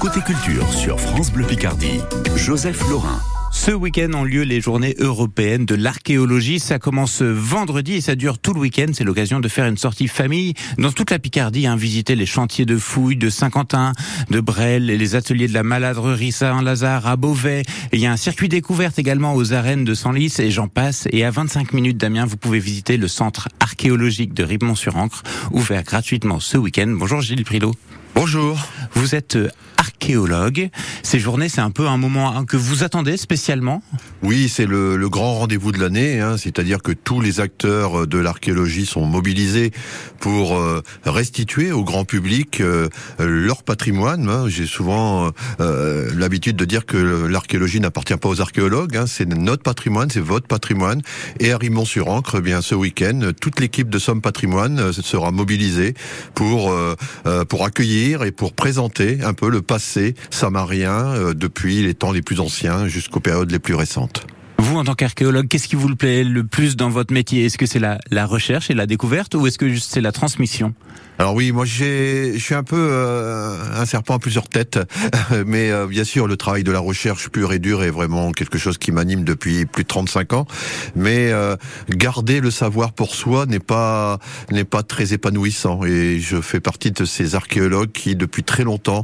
Côté culture sur France Bleu Picardie, Joseph Laurin. Ce week-end ont lieu les journées européennes de l'archéologie. Ça commence vendredi et ça dure tout le week-end. C'est l'occasion de faire une sortie famille dans toute la Picardie, visiter les chantiers de fouilles de Saint-Quentin, de Bresles, les ateliers de la maladrerie Saint-Lazare à Beauvais. Et il y a un circuit découverte également aux arènes de Senlis et j'en passe. Et à 25 minutes d'Amiens, vous pouvez visiter le centre archéologique de Ribemont-sur-Ancre, ouvert gratuitement ce week-end. Bonjour Gilles Prilot. Bonjour. Vous êtes archéologue. Ces journées, c'est un peu un moment que vous attendez spécialement ? Oui, c'est le grand rendez-vous de l'année, c'est-à-dire que tous les acteurs de l'archéologie sont mobilisés pour restituer au grand public leur patrimoine. J'ai souvent l'habitude de dire que l'archéologie n'appartient pas aux archéologues, c'est notre patrimoine, c'est votre patrimoine. Et à Ribemont-sur-Ancre, ce week-end, toute l'équipe de Somme Patrimoine sera mobilisée pour accueillir et pour présenter un peu le passé samarien depuis les temps les plus anciens jusqu'aux périodes les plus récentes. Vous, en tant qu'archéologue, qu'est-ce qui vous plaît le plus dans votre métier ? Est-ce que c'est la recherche et la découverte ou est-ce que c'est la transmission ? Alors oui, moi je suis un peu un serpent à plusieurs têtes, mais bien sûr le travail de la recherche pure et dure est vraiment quelque chose qui m'anime depuis plus de 35 ans, mais garder le savoir pour soi n'est pas très épanouissant et je fais partie de ces archéologues qui depuis très longtemps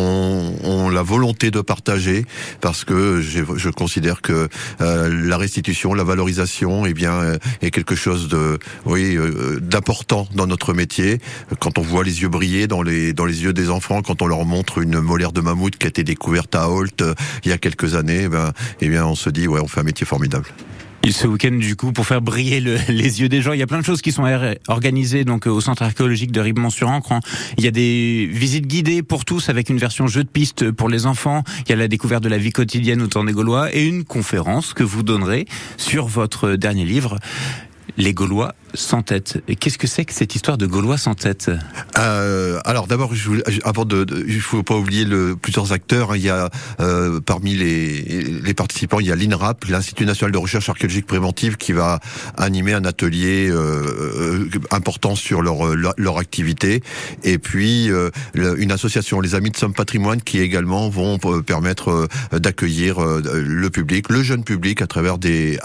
ont la volonté de partager parce que je considère que la restitution, la valorisation est quelque chose d'important dans notre métier. Quand on voit les yeux briller dans les yeux des enfants, quand on leur montre une molaire de mammouth qui a été découverte à Holt il y a quelques années, on se dit on fait un métier formidable. Et ce week-end, du coup, pour faire briller les yeux des gens, il y a plein de choses qui sont organisées donc au centre archéologique de Ribemont-sur-Ancre. Il y a des visites guidées pour tous avec une version jeu de piste pour les enfants. Il y a la découverte de la vie quotidienne au temps des Gaulois et une conférence que vous donnerez sur votre dernier livre. Les Gaulois sans tête. Et qu'est-ce que c'est que cette histoire de Gaulois sans tête ? Alors d'abord, il faut pas oublier plusieurs acteurs. Il y a parmi les participants, il y a l'INRAP, l'Institut National de Recherche Archéologique Préventive, qui va animer un atelier important sur leur activité. Et puis une association, les Amis de Somme Patrimoine, qui également vont permettre d'accueillir le public, le jeune public, à travers des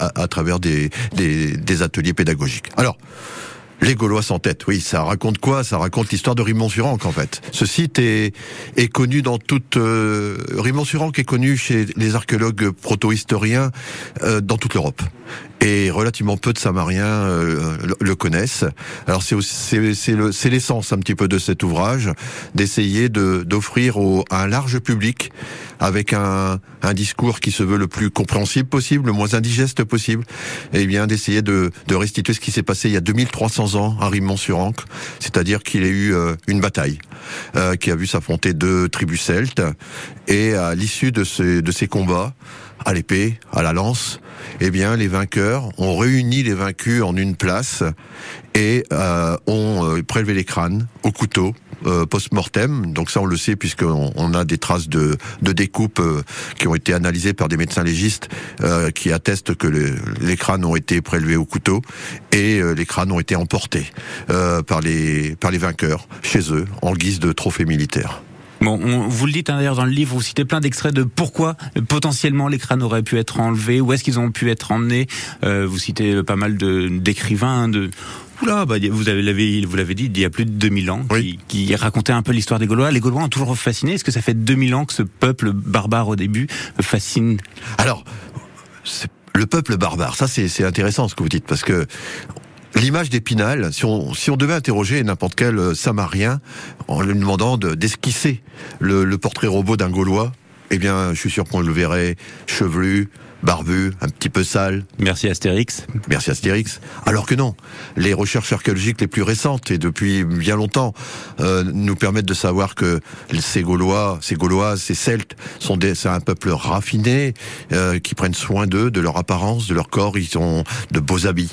ateliers pédagogiques. Alors, les Gaulois sans tête, oui, ça raconte quoi ? Ça raconte l'histoire de Ribemont-sur-Ancre, en fait. Ce site est connu dans toute... Ribemont-sur-Ancre est connu chez les archéologues proto-historiens dans toute l'Europe. Et relativement peu de Samariens le connaissent. Alors c'est l'essence un petit peu de cet ouvrage, d'essayer d'offrir à un large public, avec un discours qui se veut le plus compréhensible possible, le moins indigeste possible, d'essayer de restituer ce qui s'est passé il y a 2300 ans à Ribemont-sur-Ancre, c'est-à-dire qu'il y a eu une bataille qui a vu s'affronter deux tribus celtes, et à l'issue de ces combats, à l'épée, à la lance, les vainqueurs ont réuni les vaincus en une place et ont prélevé les crânes au couteau post-mortem. Donc ça, on le sait puisqu'on a des traces de découpe qui ont été analysées par des médecins légistes qui attestent que les crânes ont été prélevés au couteau et les crânes ont été emportés par les vainqueurs chez eux en guise de trophée militaire. Bon, vous le dites d'ailleurs dans le livre, vous citez plein d'extraits de pourquoi potentiellement les crânes auraient pu être enlevés, où est-ce qu'ils ont pu être emmenés. Vous citez pas mal d'écrivains, vous l'avez dit, il y a plus de 2000 ans, oui, qui racontaient un peu l'histoire des Gaulois. Les Gaulois ont toujours fasciné. Est-ce que ça fait 2000 ans que ce peuple barbare au début fascine ? Alors, le peuple barbare, ça c'est intéressant ce que vous dites, parce que l'image d'Épinal, si on devait interroger n'importe quel Samarien en lui demandant d'esquisser le portrait robot d'un Gaulois, je suis sûr qu'on le verrait chevelu, barbu, un petit peu sale. Merci Astérix. Alors que non, les recherches archéologiques les plus récentes et depuis bien longtemps nous permettent de savoir que ces Gaulois, ces Celtes c'est un peuple raffiné qui prennent soin d'eux, de leur apparence, de leur corps. Ils ont de beaux habits,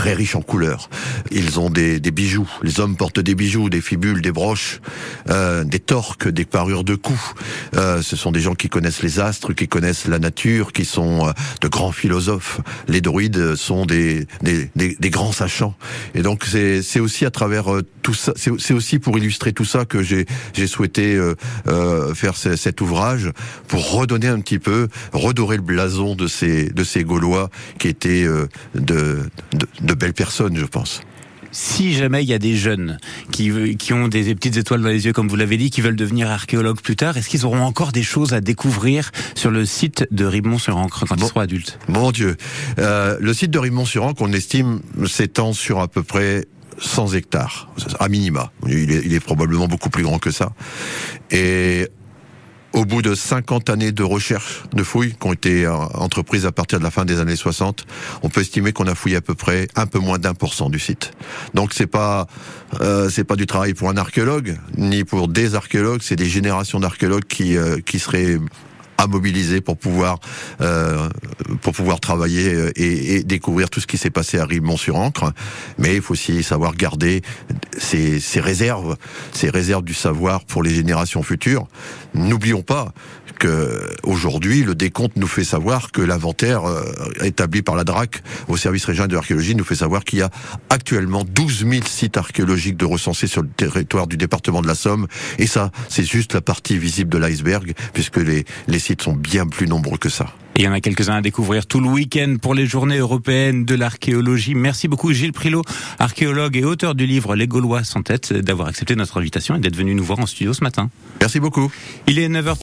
très riche en couleurs. Ils ont des bijoux. Les hommes portent des bijoux, des fibules, des broches, des torques, des parures de cou. Ce sont des gens qui connaissent les astres, qui connaissent la nature, qui sont de grands philosophes. Les druides sont des grands sachants. Et donc c'est aussi à travers tout ça, c'est aussi pour illustrer tout ça que j'ai souhaité faire cet ouvrage, pour redonner un petit peu, redorer le blason de ces Gaulois qui étaient de belles personnes, je pense. Si jamais il y a des jeunes qui ont des petites étoiles dans les yeux, comme vous l'avez dit, qui veulent devenir archéologues plus tard, est-ce qu'ils auront encore des choses à découvrir sur le site de Rimont-sur-Ancre quand ils seront adultes? Mon Dieu, le site de Rimont-sur-Ancre, on estime, s'étend sur à peu près 100 hectares, à minima. Il est probablement beaucoup plus grand que ça. Et au bout de 50 années de recherche, de fouilles, qui ont été entreprises à partir de la fin des années 60, on peut estimer qu'on a fouillé à peu près un peu moins d'1% du site. Donc c'est pas du travail pour un archéologue, ni pour des archéologues, c'est des générations d'archéologues qui seraient à mobiliser pour pouvoir travailler et découvrir tout ce qui s'est passé à Rimont-sur-Ancre. Mais il faut aussi savoir garder ces réserves du savoir pour les générations futures. N'oublions pas que aujourd'hui, le décompte nous fait savoir que l'inventaire établi par la DRAC au service régional de l'archéologie nous fait savoir qu'il y a actuellement 12 000 sites archéologiques de recensés sur le territoire du département de la Somme. Et ça, c'est juste la partie visible de l'iceberg, puisque les sites sont bien plus nombreux que ça. Et il y en a quelques-uns à découvrir tout le week-end pour les journées européennes de l'archéologie. Merci beaucoup Gilles Prilot, archéologue et auteur du livre Les Gaulois sans tête, d'avoir accepté notre invitation et d'être venu nous voir en studio ce matin. Merci beaucoup. Il est 9h.